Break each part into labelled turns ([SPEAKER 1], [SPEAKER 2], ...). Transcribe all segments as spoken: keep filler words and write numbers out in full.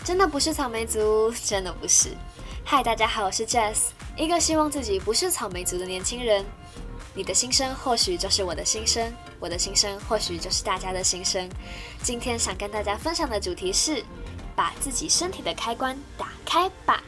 [SPEAKER 1] 真的不是草莓族，真的不是。嗨，大家好，我是 Jess， 一个希望自己不是草莓族的年轻人。你的心声或许就是我的心声，我的心声或许就是大家的心声。今天想跟大家分享的主题是，把自己身体的开关打开吧。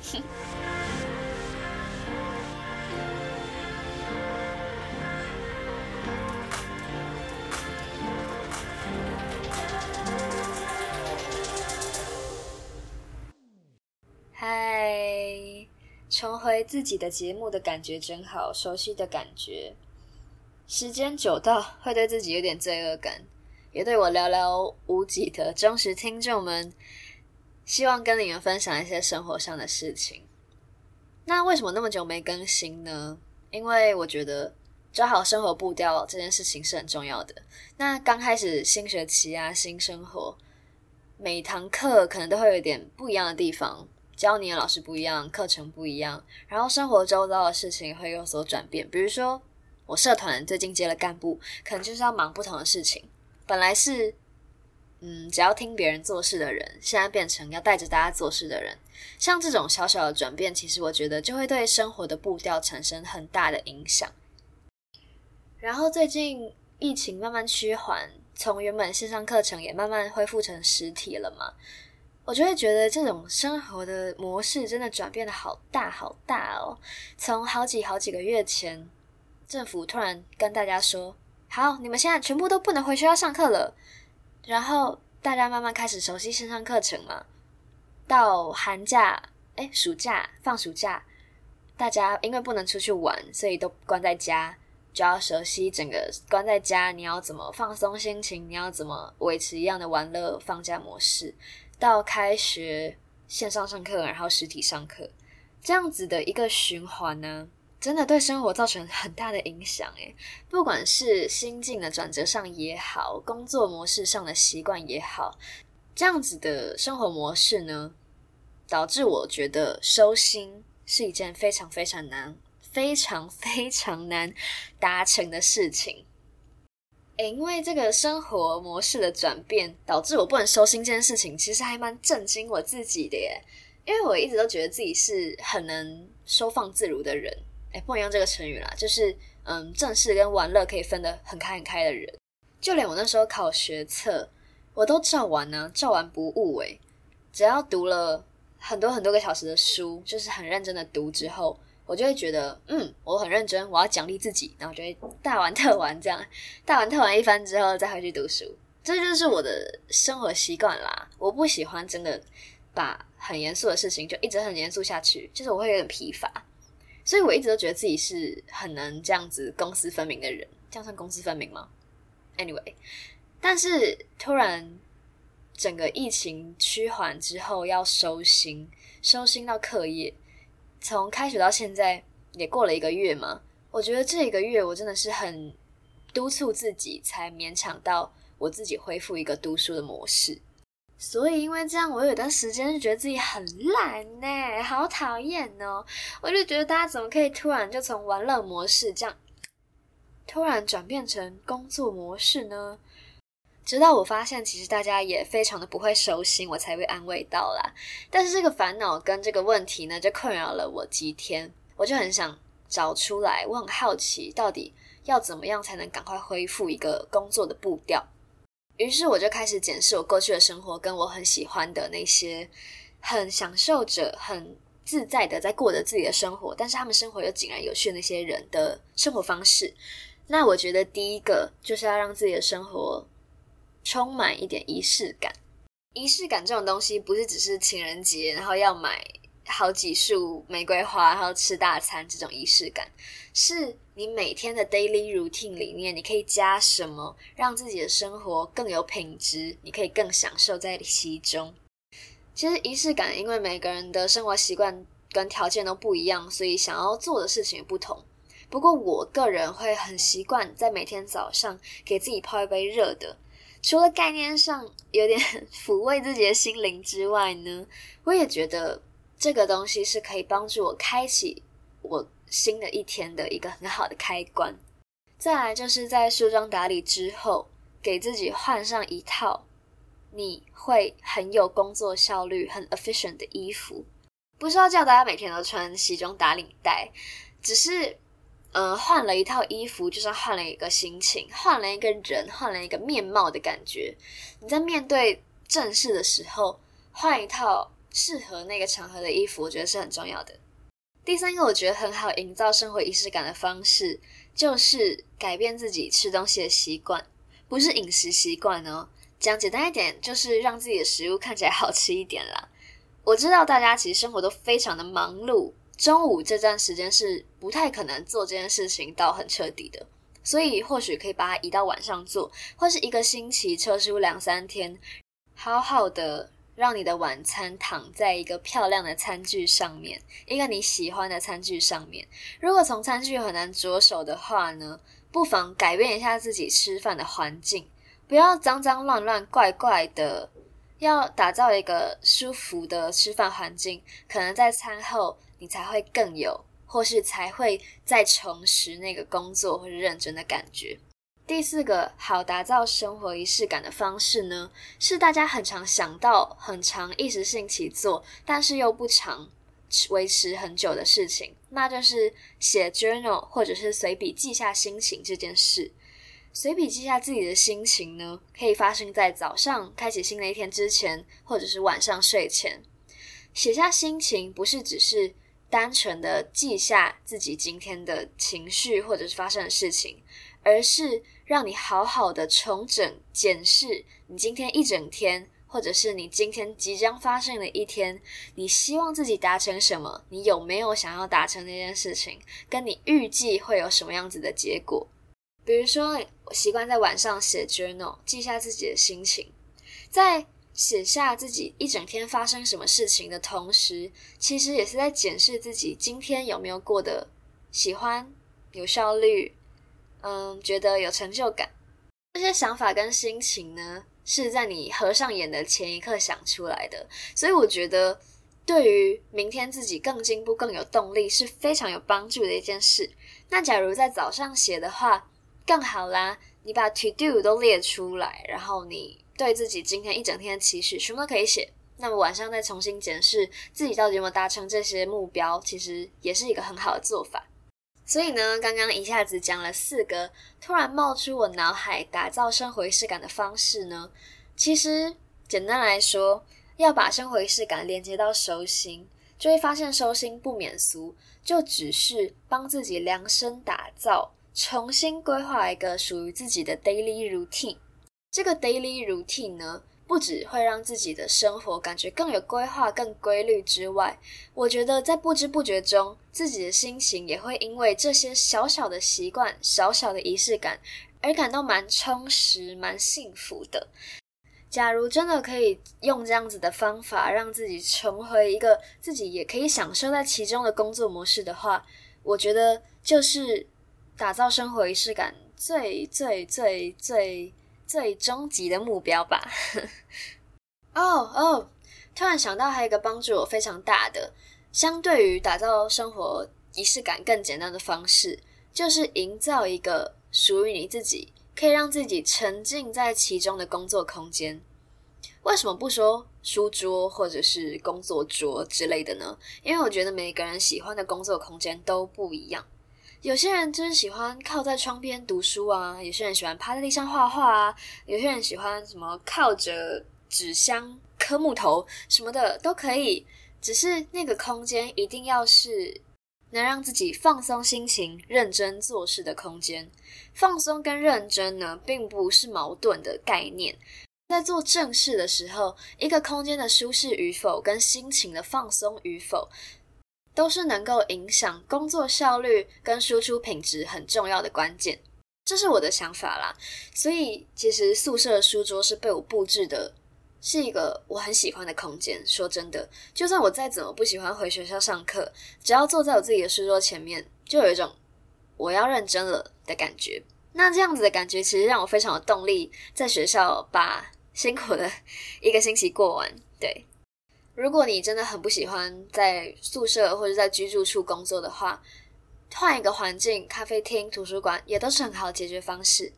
[SPEAKER 1] 嗨，重回自己的节目的感觉真好，熟悉的感觉。时间久到会对自己有点罪恶感，也对我寥寥无几的忠实听众们，希望跟你们分享一些生活上的事情。那为什么那么久没更新呢？因为我觉得抓好生活步调这件事情是很重要的。那刚开始新学期啊，新生活，每堂课可能都会有点不一样的地方，教你的老师不一样，课程不一样，然后生活周遭的事情会有所转变。比如说我社团最近接了干部，可能就是要忙不同的事情，本来是嗯，只要听别人做事的人，现在变成要带着大家做事的人。像这种小小的转变，其实我觉得就会对生活的步调产生很大的影响。然后最近疫情慢慢趋缓，从原本线上课程也慢慢恢复成实体了嘛，我就会觉得这种生活的模式真的转变得好大好大哦。从好几好几个月前，政府突然跟大家说，好，你们现在全部都不能回学校上课了，然后大家慢慢开始熟悉线上课程嘛，到寒假诶暑假放暑假，大家因为不能出去玩，所以都关在家，就要熟悉整个关在家你要怎么放松心情，你要怎么维持一样的玩乐放假模式，到开学线上上课，然后实体上课，这样子的一个循环呢，真的对生活造成很大的影响诶。不管是心境的转折上也好，工作模式上的习惯也好，这样子的生活模式呢，导致我觉得收心是一件非常非常难非常非常难达成的事情。诶，因为这个生活模式的转变导致我不能收心这件事情，其实还蛮震惊我自己的耶。因为我一直都觉得自己是很能收放自如的人，诶，不能用这个成语啦，就是嗯，正事跟玩乐可以分得很开很开的人。就连我那时候考学测，我都照完啊，照完不误诶。只要读了很多很多个小时的书，就是很认真的读之后，我就会觉得嗯，我很认真，我要奖励自己，然后就会大玩特玩，这样大玩特玩一番之后再回去读书。这就是我的生活习惯啦。我不喜欢真的把很严肃的事情就一直很严肃下去，就是我会有点疲乏，所以我一直都觉得自己是很能这样子公私分明的人。这样算公私分明吗？ Anyway， 但是突然整个疫情趋缓之后要收心，收心到课业，从开学到现在也过了一个月嘛，我觉得这一个月我真的是很督促自己，才勉强到我自己恢复一个读书的模式。所以因为这样，我有段时间就觉得自己很烂耶，好讨厌哦。我就觉得大家怎么可以突然就从玩乐模式这样突然转变成工作模式呢？直到我发现其实大家也非常的不会收心，我才被安慰到啦。但是这个烦恼跟这个问题呢，就困扰了我几天，我就很想找出来，我很好奇到底要怎么样才能赶快恢复一个工作的步调。于是我就开始检视我过去的生活，跟我很喜欢的那些很享受着很自在的在过着自己的生活，但是他们生活又井然有序的那些人的生活方式。那我觉得第一个就是要让自己的生活充满一点仪式感。仪式感这种东西不是只是情人节然后要买好几束玫瑰花然后吃大餐这种仪式感，是你每天的 daily routine 里面你可以加什么让自己的生活更有品质，你可以更享受在其中。其实仪式感因为每个人的生活习惯跟条件都不一样，所以想要做的事情也不同。不过我个人会很习惯在每天早上给自己泡一杯热的，除了概念上有点抚慰自己的心灵之外呢，我也觉得这个东西是可以帮助我开启我新的一天的一个很好的开关。再来就是在梳妆打理之后，给自己换上一套你会很有工作效率、很 efficient 的衣服。不是要叫大家每天都穿西装打领带，只是呃，换了一套衣服，就像换了一个心情，换了一个人，换了一个面貌的感觉。你在面对正事的时候，换一套适合那个场合的衣服，我觉得是很重要的。第三个我觉得很好营造生活仪式感的方式，就是改变自己吃东西的习惯，不是饮食习惯哦。讲简单一点，就是让自己的食物看起来好吃一点啦。我知道大家其实生活都非常的忙碌，中午这段时间是不太可能做这件事情到很彻底的，所以或许可以把它移到晚上做，或是一个星期抽出两三天，好好的让你的晚餐躺在一个漂亮的餐具上面，一个你喜欢的餐具上面。如果从餐具很难着手的话呢，不妨改变一下自己吃饭的环境，不要脏脏乱乱怪怪的，要打造一个舒服的吃饭环境，可能在餐后你才会更有，或是才会再重拾那个工作或是认真的感觉。第四个好打造生活仪式感的方式呢，是大家很常想到、很常一时兴起做，但是又不常维持很久的事情，那就是写 journal 或者是随笔记下心情这件事。随笔记下自己的心情呢，可以发生在早上开启新的一天之前，或者是晚上睡前。写下心情不是只是单纯的记下自己今天的情绪或者是发生的事情，而是让你好好的重整检视你今天一整天，或者是你今天即将发生的一天，你希望自己达成什么，你有没有想要达成那件事情，跟你预计会有什么样子的结果。比如说我习惯在晚上写 journal， 记下自己的心情，在写下自己一整天发生什么事情的同时，其实也是在检视自己今天有没有过得喜欢、有效率，嗯，觉得有成就感。这些想法跟心情呢，是在你合上眼的前一刻想出来的，所以我觉得对于明天自己更进步、更有动力是非常有帮助的一件事。那假如在早上写的话更好啦，你把 to do 都列出来，然后你对自己今天一整天的期许什么都可以写，那么晚上再重新检视自己到底有没有达成这些目标，其实也是一个很好的做法。所以呢，刚刚一下子讲了四个突然冒出我脑海打造生活仪式感的方式呢，其实简单来说，要把生活仪式感连接到收心，就会发现收心不免俗，就只是帮自己量身打造，重新规划一个属于自己的 daily routine。 这个 daily routine 呢，不只会让自己的生活感觉更有规划、更规律之外，我觉得在不知不觉中，自己的心情也会因为这些小小的习惯、小小的仪式感而感到蛮充实、蛮幸福的。假如真的可以用这样子的方法让自己重回一个自己也可以享受在其中的工作模式的话，我觉得就是打造生活仪式感最最最最最终极的目标吧。哦哦，突然想到还有一个帮助我非常大的，相对于打造生活仪式感更简单的方式，就是营造一个属于你自己，可以让自己沉浸在其中的工作空间。为什么不说书桌或者是工作桌之类的呢？因为我觉得每个人喜欢的工作空间都不一样。有些人就是喜欢靠在窗边读书啊，有些人喜欢趴在地上画画啊，有些人喜欢什么靠着纸箱刻木头什么的都可以，只是那个空间一定要是能让自己放松心情、认真做事的空间。放松跟认真呢，并不是矛盾的概念。在做正事的时候，一个空间的舒适与否跟心情的放松与否，都是能够影响工作效率跟输出品质很重要的关键。这是我的想法啦。所以其实宿舍的书桌是被我布置的，是一个我很喜欢的空间。说真的，就算我再怎么不喜欢回学校上课，只要坐在我自己的书桌前面，就有一种我要认真了的感觉。那这样子的感觉其实让我非常有动力在学校把辛苦的一个星期过完。对，如果你真的很不喜欢在宿舍或者在居住处工作的话，换一个环境，咖啡厅、图书馆也都是很好的解决方式。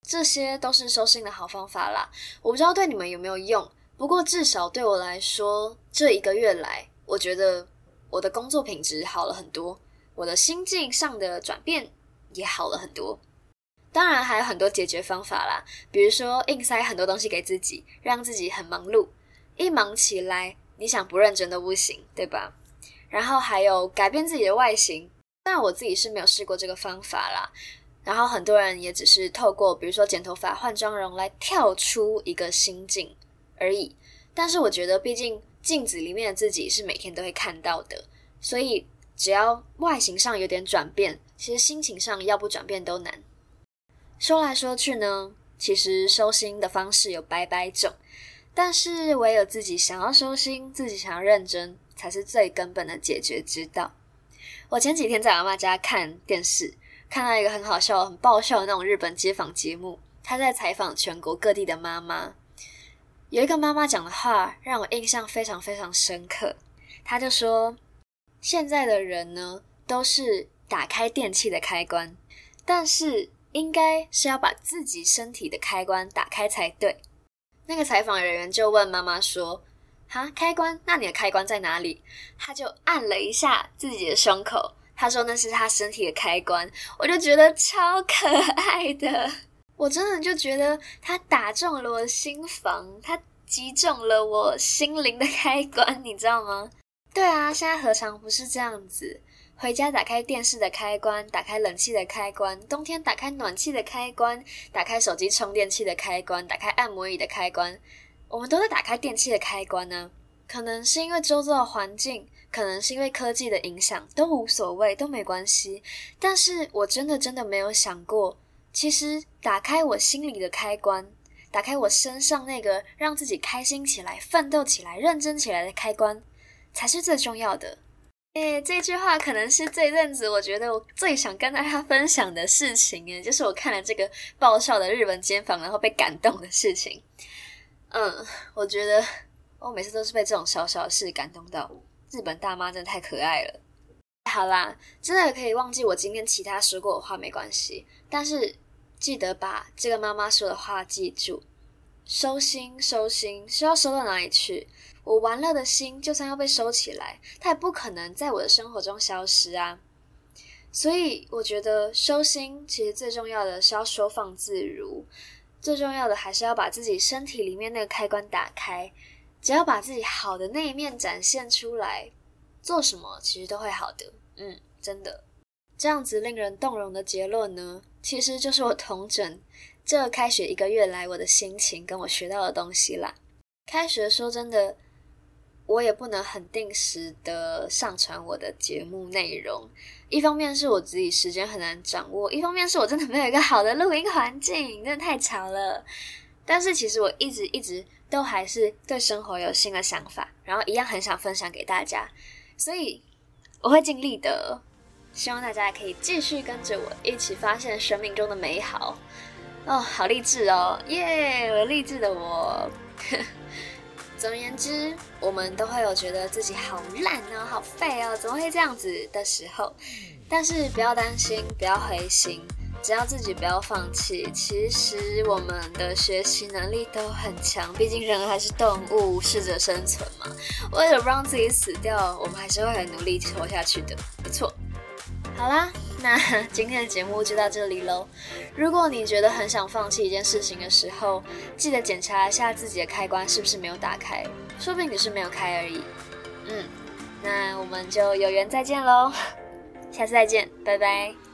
[SPEAKER 1] 这些都是收心的好方法啦。我不知道对你们有没有用，不过至少对我来说，这一个月来，我觉得我的工作品质好了很多，我的心境上的转变也好了很多。当然还有很多解决方法啦，比如说硬塞很多东西给自己，让自己很忙碌，一忙起来你想不认真都不行，对吧？然后还有改变自己的外形，当然我自己是没有试过这个方法啦，然后很多人也只是透过比如说剪头发换妆容来跳出一个心境而已。但是我觉得毕竟镜子里面的自己是每天都会看到的，所以只要外形上有点转变，其实心情上要不转变都难。说来说去呢，其实收心的方式有百百种，但是唯有自己想要收心，自己想要认真，才是最根本的解决之道。我前几天在阿嬷家看电视，看到一个很好笑很爆笑的那种日本街访节目，他在采访全国各地的妈妈。有一个妈妈讲的话让我印象非常非常深刻，她就说现在的人呢都是打开电器的开关，但是应该是要把自己身体的开关打开才对。那个采访人员就问妈妈说，哈，开关？那你的开关在哪里？他就按了一下自己的胸口，他说那是他身体的开关。我就觉得超可爱的，我真的就觉得他打中了我的心房，他击中了我心灵的开关，你知道吗？对啊，现在何尝不是这样子？回家打开电视的开关，打开冷气的开关，冬天打开暖气的开关，打开手机充电器的开关，打开按摩椅的开关，我们都在打开电器的开关呢。可能是因为周遭的环境，可能是因为科技的影响，都无所谓，都没关系。但是我真的真的没有想过，其实打开我心里的开关，打开我身上那个让自己开心起来、奋斗起来、认真起来的开关，才是最重要的。诶，这句话可能是这阵子我觉得我最想跟大家分享的事情诶，就是我看了这个爆笑的日本街访然后被感动的事情。嗯，我觉得我每次都是被这种小小的事感动到，日本大妈真的太可爱了。好啦，真的可以忘记我今天其他说过的话没关系，但是记得把这个妈妈说的话记住，收心收心是要收到哪里去？我玩乐的心就算要被收起来，它也不可能在我的生活中消失啊。所以我觉得收心其实最重要的是要收放自如，最重要的还是要把自己身体里面那个开关打开，只要把自己好的那一面展现出来，做什么其实都会好的。嗯，真的。这样子令人动容的结论呢，其实就是我统整这开学一个月来我的心情跟我学到的东西啦。开学说真的，我也不能很定时的上传我的节目内容，一方面是我自己时间很难掌握，一方面是我真的没有一个好的录音环境，真的太吵了。但是其实我一直一直都还是对生活有新的想法，然后一样很想分享给大家，所以我会尽力的，希望大家可以继续跟着我一起发现生命中的美好。哦，好励志哦，耶，我励志的我。总而言之，我们都会有觉得自己好烂哦，好废哦，怎么会这样子的时候，但是不要担心，不要灰心，只要自己不要放弃，其实我们的学习能力都很强，毕竟人还是动物，适者生存嘛。为了不让自己死掉，我们还是会很努力活下去的，没错。好啦，那今天的节目就到这里咯。如果你觉得很想放弃一件事情的时候，记得检查一下自己的开关是不是没有打开，说不定只是没有开而已。嗯，那我们就有缘再见咯，下次再见，拜拜。